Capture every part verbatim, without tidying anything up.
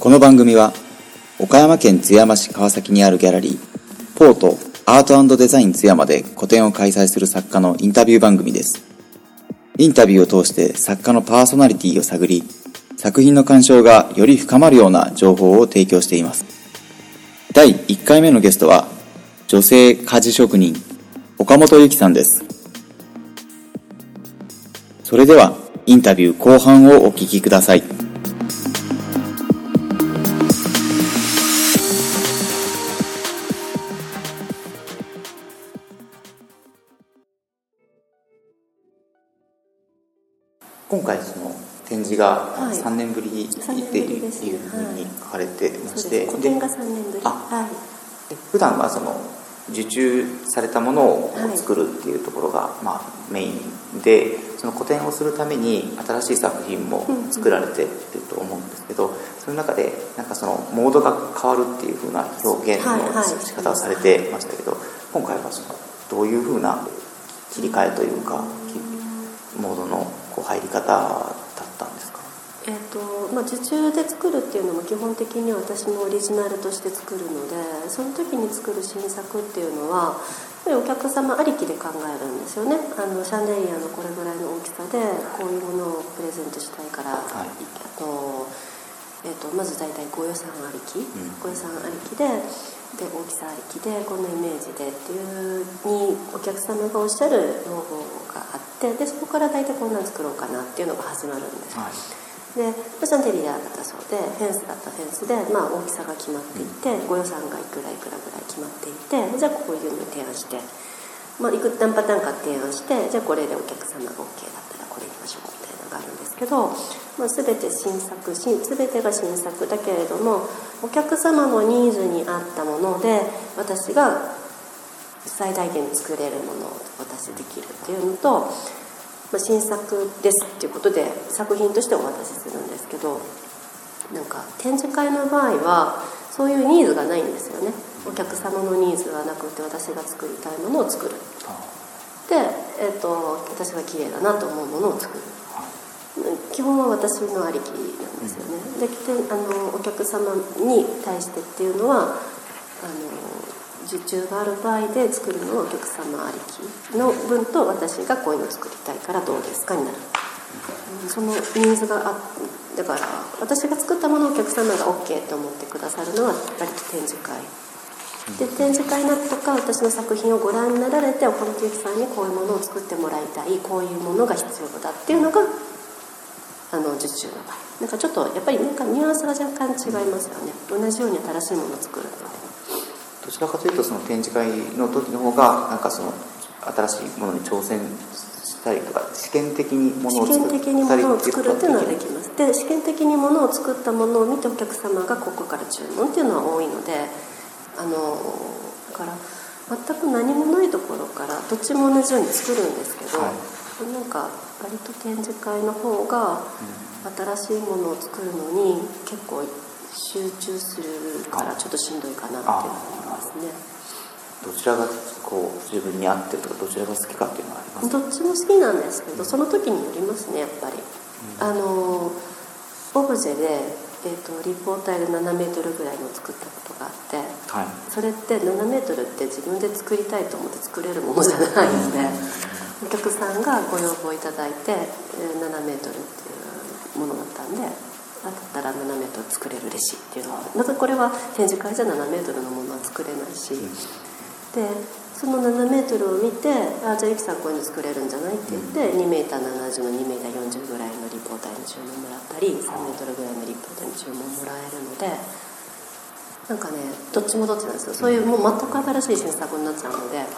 この番組は岡山県津山市川崎にあるギャラリーポートアート&デザイン津山で個展を開催する作家のインタビュー番組です。インタビューを通して作家のパーソナリティを探り、作品の鑑賞がより深まるような情報を提供しています。だいいっかいめのゲストは女性鍛冶職人岡本由紀さんです。それではインタビュー後半をお聞きください。今回その展示がさんねんぶりっていうふうに書かれてまして、 個展がさんねんぶり。はい、 で普段はその受注されたものを作るっていうところがまあメインで、その個展をするために新しい作品も作られていると思うんですけど、その中でなんかそのモードが変わるっていうふうな表現の仕方をされてましたけど、今回はそのどういうふうな切り替えというかモードのこう入り方だったんですか？ えーとまあ、受注で作るっていうのも基本的に私のオリジナルとして作るので、その時に作る新作っていうのはやっぱりお客様ありきで考えるんですよね。あのシャンデリアのこれぐらいの大きさでこういうものをプレゼントしたいから、はい、あとえー、とまず大体ご予算ありき、うん、ご予算ありきでで大きさありきでこんなイメージでっていうにお客様がおっしゃる要望があって、でそこから大体こんなの作ろうかなっていうのが始まるんです、はい、でシャンデリアだったそうでフェンスだったフェンスで、まあ、大きさが決まっていて、うん、ご予算がいくらいくらぐらい決まっていて、じゃあこういうのを提案して、まあ、いく何パターンか提案して、じゃあこれでお客様が OK だったらこれにしましょうみたいなのがあるんですけど、まあ、全て新作全てが新作だけれどもお客様のニーズに合ったもので私が最大限作れるものをお渡しできるっていうのと、まあ、新作ですっていうことで作品としてお渡しするんですけど、なんか展示会の場合はそういうニーズがないんですよね。お客様のニーズはなくて私が作りたいものを作るで、えーと、私が綺麗だなと思うものを作る、基本は私のありきなんですよね。であのお客様に対してっていうのはあの受注がある場合で作るのはお客様ありきの分と私がこういうのを作りたいからどうですかになる。そのニーズがあだから私が作ったものをお客様が OK と思ってくださるのは割と展示会で、展示会とか私の作品をご覧になられて岡本由紀さんにこういうものを作ってもらいたい、こういうものが必要だっていうのがあの受注の場合、なんかちょっとやっぱりなんかニュアンスが若干違いますよね。同じように新しいものを作るので、 どちらかというとその展示会の時の方がなんかその新しいものに挑戦したりとか試験的にものを作ったり試験的にものを作るっていうのはできます。で試験的にものを作ったものを見てお客様がここから注文っていうのは多いので、あのだから全く何もないところからどっちも同じように作るんですけど、はい、なんか割と展示会の方が新しいものを作るのに結構集中するからちょっとしんどいかなって思いますね。 どちらがこう自分に合ってるとかどちらが好きかっていうのはありますか？ どっちも好きなんですけど、その時によりますねやっぱり、うん、あのオブジェでえー、と立方体でななメートルぐらいのを作ったことがあって、はい、それってななメートルって自分で作りたいと思って作れるものじゃないので、うん、お客さんがご要望いただいてななメートルっていうものだったんで、だったらななメートル作れるレシっていうのは、なぜこれは展示会じゃななメートルのものは作れないし、うん、でそのななメートルを見て、あじゃあゆきさんこういうの作れるんじゃないって言って、うん、にメーターななじゅうのにメーターよんじゅうぐらいの立方体の注文もらったり、さんメートルぐらいの立方体の注文もらえるので、なんかねどっちもどっちなんですよ。そういうもう全く新しい新作になっちゃうので、はい、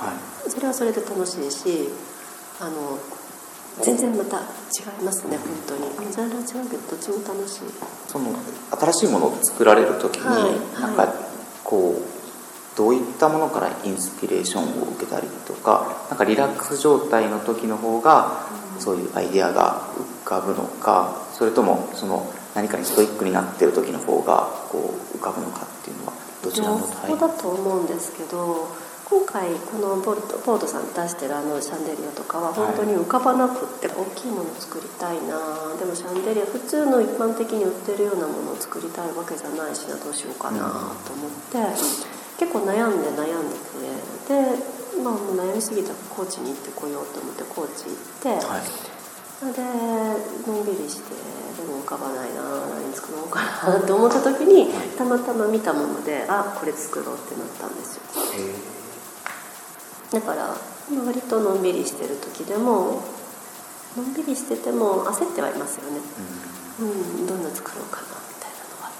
それはそれで楽しいし、あの全然また違いますね。本当にジャンルは違うけどどっちも楽しい。 その新しいものを作られる時に、はい、なんかこうどういったものからインスピレーションを受けたりとか、なんかリラックス状態の時の方がそういうアイデアが浮かぶのか、それともその何かにストイックになっている時の方がこう浮かぶのかっていうのはどちらのタイプ？ 両方だと思うんですけど、 今回このボルトボードさん出してるあのシャンデリアとかは本当に浮かばなくって、大きいものを作りたいな、でもシャンデリア普通の一般的に売ってるようなものを作りたいわけじゃないしな、どうしようかなと思って、うん、結構悩んで悩んでて、で、まあ、もう悩みすぎたら高知に行ってこようと思って高知行って、はい、でのんびりして、でも浮かばないな、何作ろうかなと思った時にたまたま見たもので、あ、これ作ろうってなったんですよ。だから割とのんびりしてる時でものんびりしてても焦ってはいますよね、うんうん、どんな作ろうかなみたいなのがあ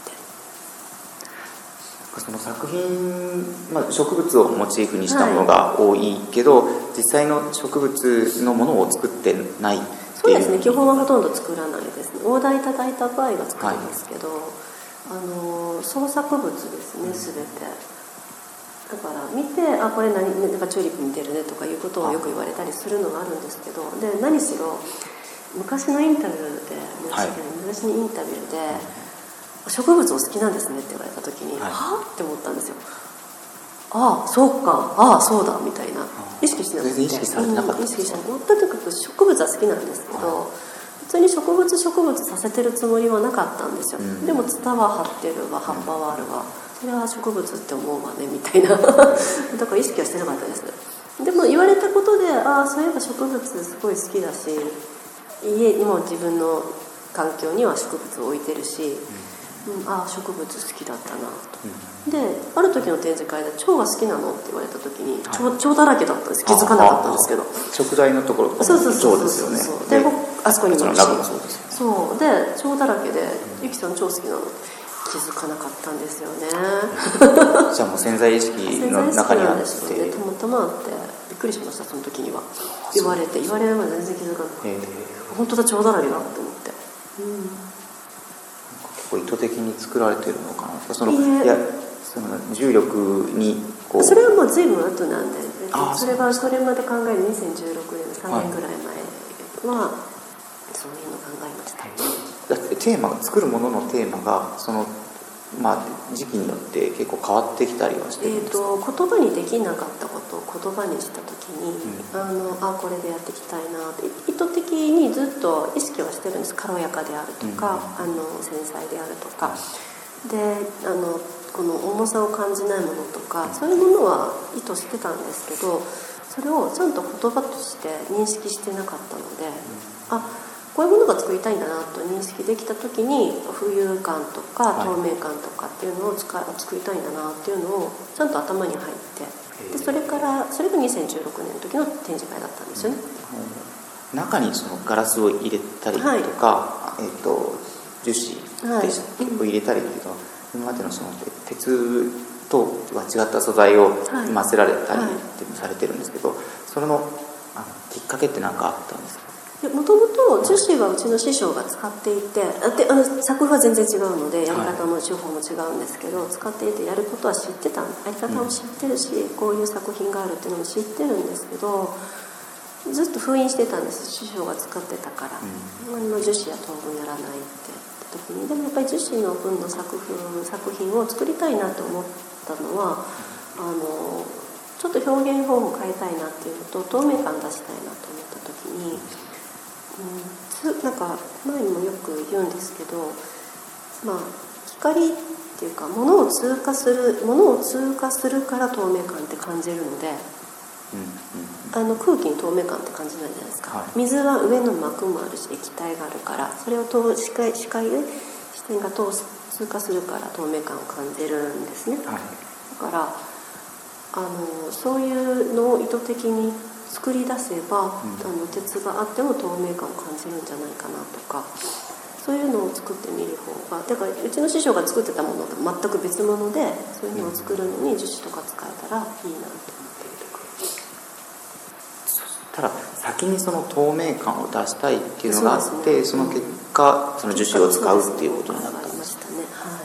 って、 その作品、まあ、植物をモチーフにしたものが多いけど、はい、実際の植物のものを作ってないっていう。 そうですね、基本はほとんど作らないですね。オーダーいただいた場合は作るんですけど、はい、あの創作物ですね、全て。だから見て、あ、これ何なんかチューリップ似てるねとかいうことをよく言われたりするのがあるんですけど、で何しろ昔のインタビューで、はい、昔のインタビューで植物お好きなんですねって言われた時に、はい、はって思ったんですよ。ああそうか、ああそうだみたいな、意識してなくて、 意識されてなかったんですか。 意識してなかった。とにかく植物は好きなんですけど、はい、普通に植物植物させてるつもりはなかったんですよ、うん、でもツタは張ってるわ、葉っぱはあるわ、それは植物って思うわねみたいなだから意識はしてなかったです。でも言われたことで、ああそういえば植物すごい好きだし、家にも自分の環境には植物を置いてるし、うんうん、ああ植物好きだったなと、うん、である時の展示会で蝶が好きなのって言われた時に蝶、蝶だらけだったんです。気づかなかったんですけど、 食材のところとかも蝶ですよね。 で僕あそこにもいるし、 そうです、 そうで蝶だらけで、ゆきさん蝶好きなの気づかなかったんですよねじゃあもう潜在意識の中にあって、 潜在意識なんですよね、たまたまあってびっくりしました。その時には言われて言われれば全然気づかなくて、本当だ蝶だらけだと思って、うん、 結構意図的に作られてるのかな。そのいやその重力にこう、 それはもう随分後なんで、それはそれまで考えるにせんじゅうろくねんさんねんぐらい前はそういうのを考えました、 だってテーマが作るもののテーマがその、まあ、時期によって結構変わってきたりはしてるんですか。 えーと、言葉にできなかったことを言葉にした時に、うん、あのあこれでやっていきたいなって意図的にずっと意識はしてるんです。軽やかであるとか、うん、あの繊細であるとかで、あのこの重さを感じないものとか、そういうものは意図してたんですけど、それをちゃんと言葉として認識してなかったので、うん、あこういうものが作りたいんだなと認識できた時に、浮遊感とか透明感とかっていうのを使作りたいんだなっていうのをちゃんと頭に入って、でそれからそれがにせんじゅうろくねんの時の展示会だったんですよね、 うん、中にそのガラスを入れたりとか、はい、えー、と樹脂で結構入れたりっていうのは、今までのその鉄とは違った素材を混ぜられたりってされてるんですけど、はいはい、それのあのきっかけって何かあったんですか。 もともと樹脂はうちの師匠が使っていて、であの作風は全然違うのでやり方も手法も違うんですけど、はい、使っていてやることは知ってた、やり方も知ってるし、うん、こういう作品があるっていうのも知ってるんですけど、ずっと封印してたんです。師匠が使ってたから、うん、樹脂や当分やらないって時に。でもやっぱり樹脂の分の作風作品を作りたいなと思ったのは、あのちょっと表現方法を変えたいなっていうのと、透明感出したいなと思った時に、うん、なんか前にもよく言うんですけど、まあ、光っていうか物を通過する物を通過するから透明感って感じるので、うんうん、あの空気に透明感って感じないじゃないですか、はい、水は上の膜もあるし液体があるから、それを通視界視界で視点が通す通過するから透明感を感じるんですね、はい、だからあのそういうのを意図的に作り出せば、うん、あの鉄があっても透明感を感じるんじゃないかなとか、そういうのを作ってみる方が、だからうちの師匠が作ってたものと全く別物で、そういうのを作るのに樹脂とか使えたらいいなと思っているとか。 そしたら先にその透明感を出したいっていうのがあって、 そ,、ね、その結果その樹脂を使うっていうことになったんです。 ましたね、はい。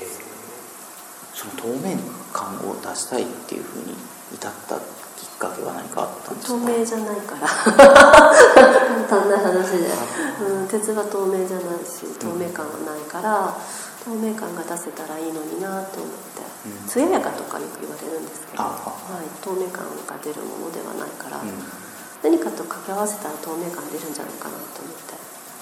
その透明感を出したいっていうふうに至ったきっかけは何かあったんですか。 透明じゃないから簡単な話で、うん、鉄は透明じゃないし透明感がないから、 透明感が出せたらいいのになと思って、うん、艶やかとかよく言われるんですけど、はい、透明感が出るものではないから、うん、何かと掛け合わせたら透明感出るんじゃないかなと思って。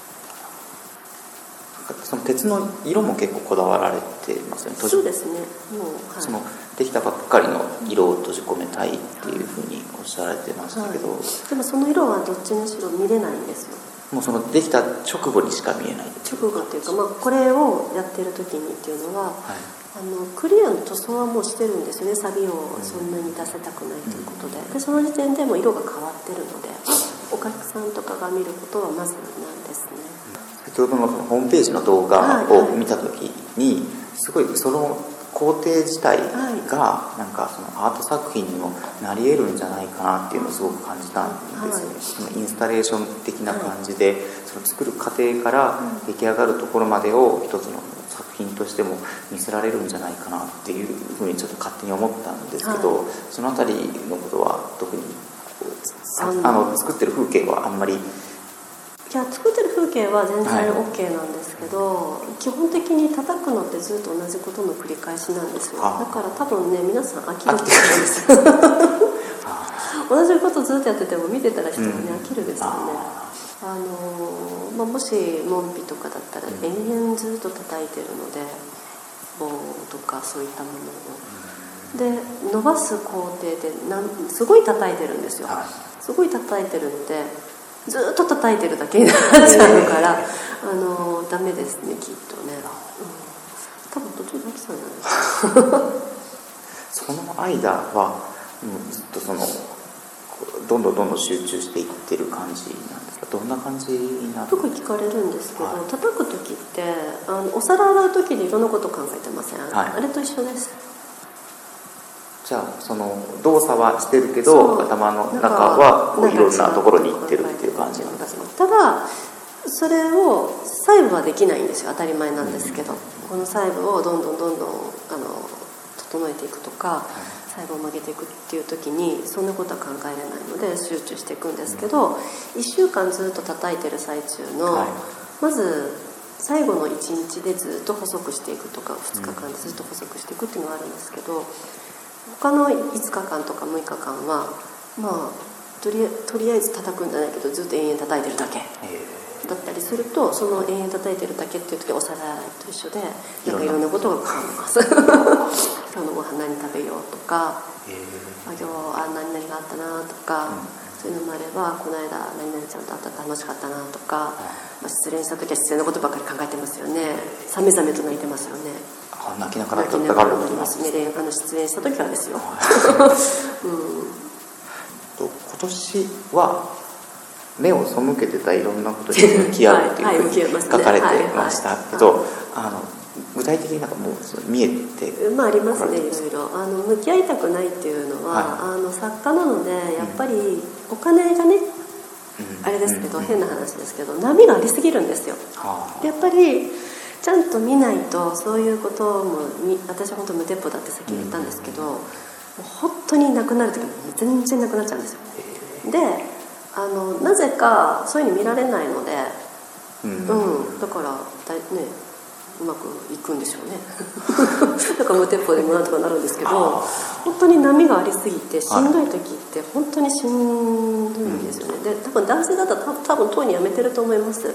その鉄の色も結構こだわられてますよね。 そうですね。もう、はい、 そのできたばっかりの色を閉じ込めたいっていうふうにおっしゃられてましたけど、はい、 でもその色はどっちにしろ見れないんですよ。 もうそのできた直後にしか見えない。 直後っていうか、まあ、これをやってる時にっていうのは、はい、あのクリアの塗装はもうしてるんですよね。サビをそんなに出せたくないということで、うん、でその時点でも色が変わってるので、お客さんとかが見ることはまずなんですね。 先ほどのホームページの動画を見た時に、すごいその工程自体がなんかそのアート作品にもなり得るんじゃないかなっていうのをすごく感じたんですよね。そのインスタレーション的な感じで、その作る過程から出来上がるところまでを一つの作品としても見せられるんじゃないかなっていうふうにちょっと勝手に思ったんですけど、そのあたりのことは特にあの作ってる風景はあんまり。 いや、作ってる風景は全然 OK なんですけど、はい、基本的に叩くのってずっと同じことの繰り返しなんですよ。だから多分ね、皆さん飽きると思うんですよ同じことずっとやってても見てたら人がね、飽きるですよね。あの、まあ、もし門扉とかだったら延々ずっと叩いてるので、棒とかそういったものをで伸ばす工程でなんすごい叩いてるんですよ。すごい叩いてるのでずっと叩いてるだけになっちゃうから、あのダメですね、きっとね、うん、多分途中で飽きそうじゃないですかその間は、うん、ずっとそのどんどんどんどん集中していってる感じなんですか？どんな感じになる？ よく聞かれるんですけど、はい、叩く時ってあのお皿洗う時にいろんなこと考えてません？はい、あれと一緒です。 じゃあその動作はしてるけど頭の中はこういろんなところに行ってるっていう感じなんですか？ ただそれを細部はできないんですよ。当たり前なんですけど、うん、この細部をどんどんどんどんあの整えていくとか、細部を曲げていくっていう時にそんなことは考えれないので集中していくんですけど、うん、いっしゅうかんずっと叩いてる最中の、はい、まず最後のいちにちでずっと細くしていくとかふつかかんでずっと細くしていくっていうのがあるんですけど、他のいつかかんとかむいかかんはまあとりあえず、とりあえず叩くんじゃないけどずっと延々叩いてるだけだったりすると、その延々叩いてるだけっていう時はお皿洗いと一緒でなんかいろんなことが考えます今日のご飯何食べようとか、あ今日あ何々があったなとか、うん、そういうのもあればこの間何々ちゃんと会った楽しかったなとか、まあ、失恋した時は失恋のことばかり考えてますよね。さめざめと泣いてますよね。 あ泣きながらだったから思いますね。 あの失恋した時はですよ、うん、 今年は目を背けてたいろんなことに向き合うっていうふうに書かれてましたけど、あの具体的になんかもう見えてまあありますね、いろいろあの向き合いたくないっていうのは、はい、あの作家なのでやっぱりお金がね、うん、あれですけど、うん、変な話ですけど波がありすぎるんですよ、はあ、やっぱりちゃんと見ないとそういうことも私は本当無鉄砲だってさっき言ったんですけど、うん、もう本当になくなる時も全然なくなっちゃうんですよ。であのなぜかそういうふうに見られないので、うん、うん、だからだ、ね、うまくいくんでしょうねだから無鉄砲でもなんとかなるんですけど、本当に波がありすぎてしんどい時って本当にしんどいんですよね、うん、で多分男性だったら多分とうにやめてると思います、うん、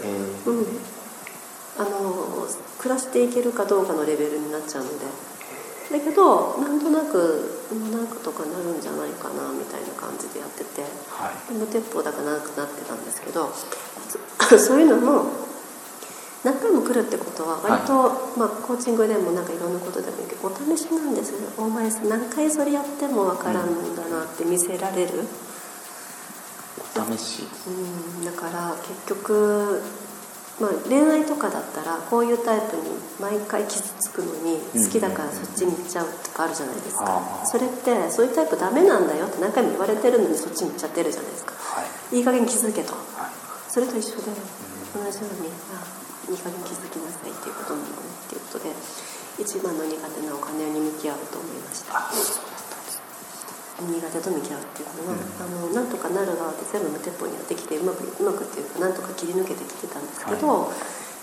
あの暮らしていけるかどうかのレベルになっちゃうので、だけどなんとなくなんとかなるんじゃないかなみたいな感じでやってて、はい、無鉄砲だからなくなってたんですけどそういうのも何回も来るってことは割と、はい、まあ、コーチングでもなんかいろんなことでもいいけどお試しなんですよ。お前何回それやっても分からんんだなって見せられる、 うん、お試し、 うん、だから結局まあ、恋愛とかだったらこういうタイプに毎回傷つくのに好きだからそっちに行っちゃうとかあるじゃないですか、うん、それってそういうタイプダメなんだよって何回も言われてるのにそっちに行っちゃってるじゃないですか、はい、いい加減気づけと、はい、それと一緒で同じようにあいい加減気づきなさいっていうことなのねっていうことで一番の苦手なお金に向き合うと思いました。苦手と向き合うっていうのは、うん、あのなんとかなる側って全部無鉄砲にやってきてうまくうまくっていうかなんとか切り抜けてきてたんですけど、はい、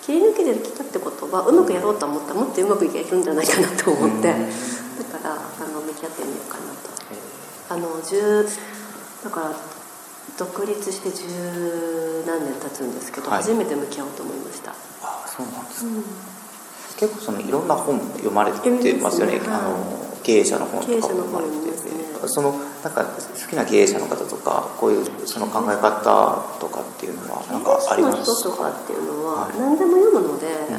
切り抜けてきたってことはうまくやろうと思ったらもっとうまくいけるんじゃないかなと思って、だからあの向き合ってみようかなと。あの10だから独立して十何年経つんですけど、はい、初めて向き合おうと思いました。 ああ、そうなんですか、うん、結構そのいろんな本読まれてますよね、はい、あの経営者の本とかも読まれてて、ね、そのなんか好きな経営者の方とかこういうその考え方とかっていうのはなんかありますか？ 経営者の人とかっていうのは何でも読むので、はい、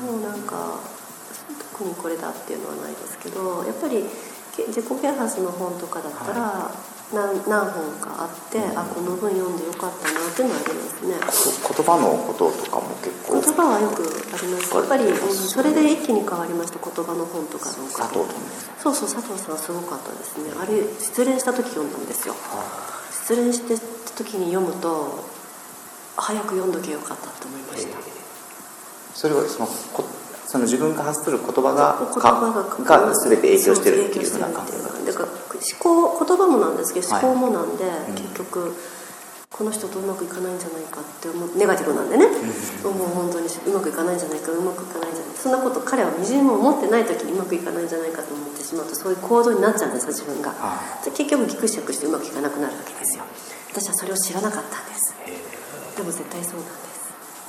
もうなんか特にこれだっていうのはないですけど、やっぱり自己啓発の本とかだったら、はい、何, 何本かあって、うん、あこの本読んでよかったなっていうのはありますね。 言葉のこととかも結構言葉はよくあります。やっぱり、うん、それで一気に変わりました。言葉の本とかの佐藤そうそう佐藤さんはすごかったですね。あれ失恋した時読んだんですよ、はあ、失恋してた時に読むと早く読んどけよかったと思いました。 それはそのこその自分が発する言葉が言葉がが全て影響してるっていうふうな感じですか？ だから思考言葉もなんですけど思考もなんで、はい、結局この人とうまくいかないんじゃないかって思うネガティブなんでね、うん、もう本当にうまくいかないんじゃないかうまくいかないんじゃないかそんなこと彼はみじんも思ってない時にうまくいかないんじゃないかと思ってしまうとそういう行動になっちゃうんですよ自分が。結局ギクシャクしてうまくいかなくなるわけですよ。私はそれを知らなかったんです。でも絶対そうなんです。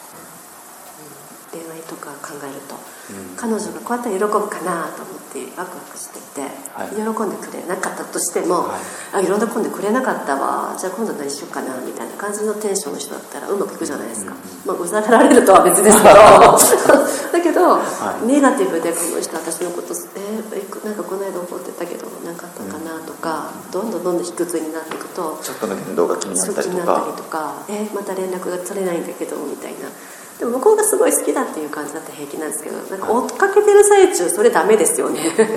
恋愛とか考えると、うん、彼女がこうやったら喜ぶかなと思ってワクワクしてて、はい、喜んでくれなかったとしても、はい、あ喜んでくれなかったわじゃあ今度何しようかなみたいな感じのテンションの人だったらうまくいくじゃないですか、うん、まあうざがられるとは別ですけどだけど、はい、ネガティブでこの人私のことえー、なんかこの間怒ってたけど何かあったかなとか、うん、どんどんどんどん卑屈になっていくとちょっとの言動が気になったりとかえー、また連絡が取れないんだけどみたいな。でも向こうがすごい好きだっていう感じだったら平気なんですけどなんか追っかけてる最中それダメですよね、うん、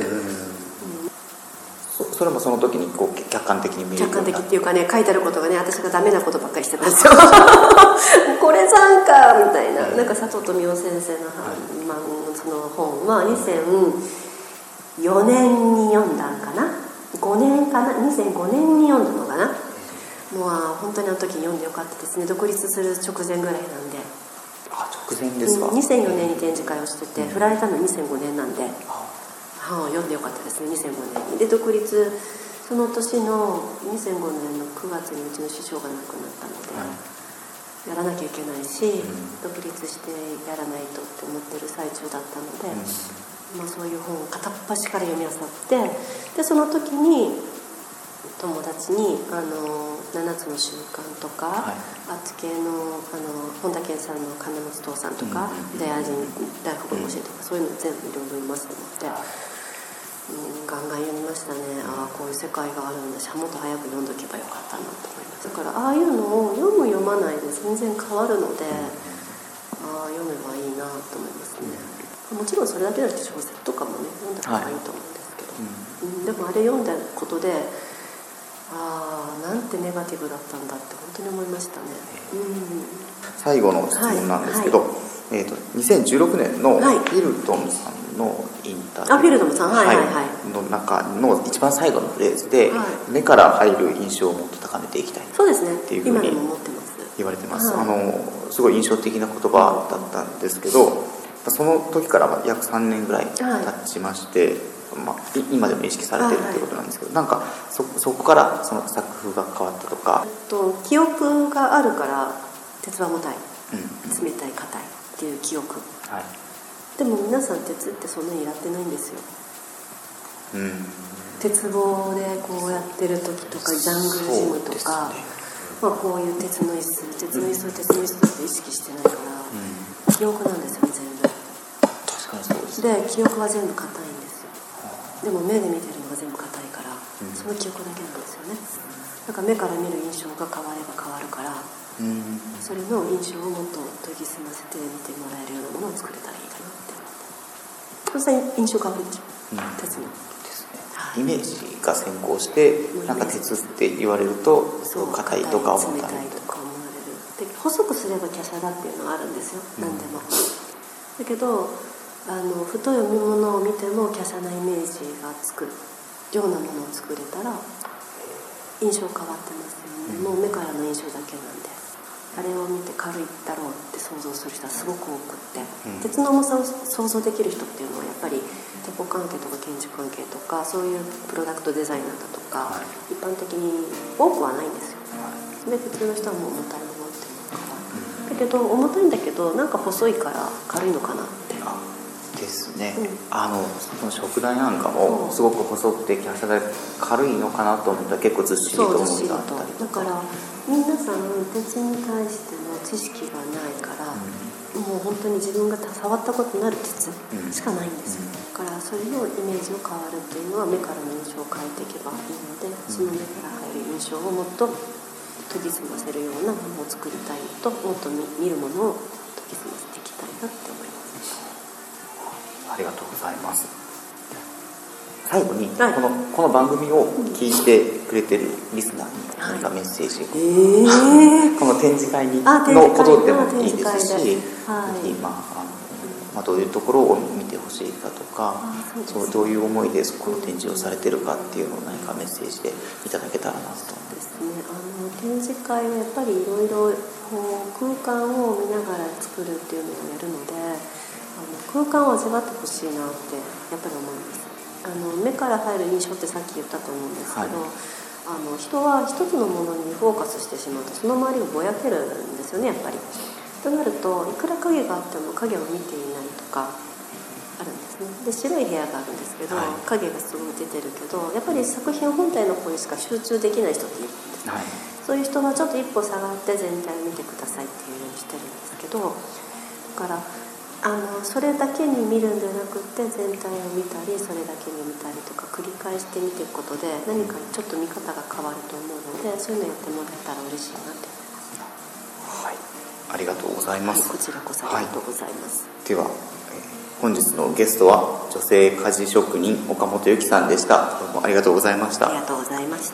そ, それもその時にこう客観的に見える客観的っていうかね書いてあることがね私がダメなことばっかりしてたんですよこれさんかみたいな、なんか佐藤富夫先生の、はいまあ、その本はにせんよねんに読んだんかなごねんかなにせんごねんに読んだのかな。もう本当にあの時に読んでよかったですね。独立する直前ぐらいなんで。 あ直前ですか。 にせんよねんに展示会をしてて、うん、振られたのにせんごねんなんで、はあ、読んでよかったですねにせんごねんに。で独立その年のにせんごねんのくがつにうちの師匠が亡くなったので、はい、やらなきゃいけないし、うん、独立してやらないとって思ってる最中だったので、うんまあ、そういう本を片っ端から読み漁ってでその時に友達にあのななつの習慣とか、はい、あっち系のあの本田健さんの金持父さんとか出会い人大福の教えとか、うん、そういうの全部いろいろ読ませてもらって、うん、ガンガン読みましたね。ああこういう世界があるんだしもっと早く読んどけばよかったなと思います。だからああいうのを読む読まないで全然変わるので、ああ読めばいいなと思いますね。もちろんそれだけだと小説とかもね読んだ方がいいと思うんですけど、はいうん、でもあれ読んだことでああなんてネガティブだったんだって本当に思いましたね、うん、 最後の質問なんですけど、はいはいえー、とにせんじゅうろくねんのフィルトンさんのインタビュー、 あフィルトンさん、はいはいはい、 の中の一番最後のフレーズで、はい、目から入る印象をもっと高めていきたいそうですねっていうふうに言われてます。 はい、 あのすごい印象的な言葉だったんですけどその時から約さんねんぐらい経ちまして、はいまあ、今でも意識されてるっていうことなんですけど、はい、なんか そ, そこからその作風が変わったとか、 えっと、記憶があるから鉄は重たい、うん、冷たい硬いっていう記憶、はい、でも皆さん鉄ってそんなにやってないんですよ、うん、鉄棒でこうやってる時とかジャングルジムとか、ねまあ、こういう鉄の椅子鉄の椅子鉄の椅子って意識してないから、うん、記憶なんですよね全部。 確かにそうですね。 で記憶は全部硬いんですよ。でも目で見てるのが全部硬いから、うん、その記憶だけなんですよね。だから目から見る印象が変われば変わるから、うん、それの印象をもっと研ぎ澄ませて見てもらえるようなものを作れたらいいかなって思って。当然印象変わるでしょ、うん、鉄のですね、はい、 イメージが先行してなんか鉄って言われると硬いとか重たいとか思われる。で細くすれば華奢だっていうのはあるんですよ、うん、何でも。だけどあの太いものを見ても華奢なイメージがつくようなものを作れたら印象変わってますよね、うん、もう目からの印象だけなんで。 あれを見て軽いだろうって想像する人はすごく多くって、 うん、 鉄の重さを想像できる人っていうのはやっぱり鉄鋼関係とか建築関係とかそういうプロダクトデザイナーだとか、はい、一般的に多くはないんですよ、はい、で普通の人はもう重たいものっていうのから、うん、だけど重たいんだけどなんか細いから軽いのかなってですね、 うん、 あのその食材なんかもすごく細くてキャスターで軽いのかなと思ったら結構ずっしりと重みがあったりとか、 だから皆さん鉄に対しての知識がないから、うん、もう本当に自分が触ったことのある鉄しかないんですよ、うん、だからそれのイメージを変わるっていうのは目からの印象を変えていけばいいので、その目から入る印象をもっと研ぎ澄ませるようなものを作りたいのと、もっと 見, 見るものを研ぎ澄ませていきたいなって思います。 ありがとうございます。最後にこの、はい、この番組を聞いてくれてるリスナーに何かメッセージを、はい、この展示会にのことでもいいですし、はい、まああのまあ、どういうところを見てほしいかとか、そうそうどういう思いでこの展示をされてるかっていうのを何かメッセージでいただけたらなと。 そうですね、あの展示会はやっぱりいろいろ空間を見ながら作るっていうのをやるので、あの空間を味わってほしいなってやっぱり思います。あの目から入る印象ってさっき言ったと思うんですけど、はい、あの人は一つのものにフォーカスしてしまうとその周りがぼやけるんですよね、やっぱり。となるといくら影があっても影を見ていないとかあるんですね。で白い部屋があるんですけど、はい、影がすごい出てるけどやっぱり作品本体の方にしか集中できない人っているんです、はい、そういう人はちょっと一歩下がって全体を見てくださいっていうようにしてるんですけど、だからあのそれだけに見るんじゃなくて全体を見たりそれだけに見たりとか繰り返して見ていくことで何かちょっと見方が変わると思うので、そういうのやってもらえたら嬉しいなって思います。 はい、ありがとうございます。 はい、こちらこそありがとうございます。 はい、では、えー、本日のゲストは女性鍛冶職人岡本由紀さんでした。どうもありがとうございました。 ありがとうございました。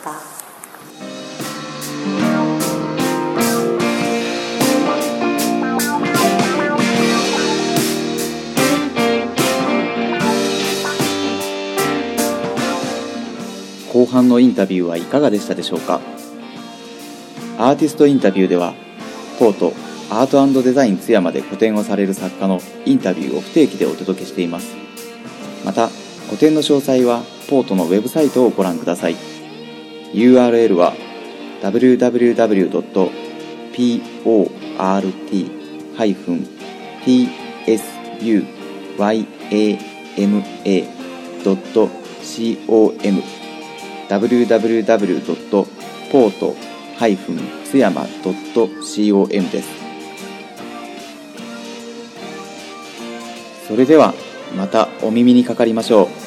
後半のインタビューはいかがでしたでしょうか。アーティストインタビューではポートアート&デザイン津山で個展をされる作家のインタビューを不定期でお届けしています。また個展の詳細はポートのウェブサイトをご覧ください。 ユーアールエル は ダブリューダブリューダブリュードットポートティーエスユーワイエーエムエードットコム ダブリューダブリューダブリュードットポートツヤマドットコム です。それではまたお耳にかかりましょう。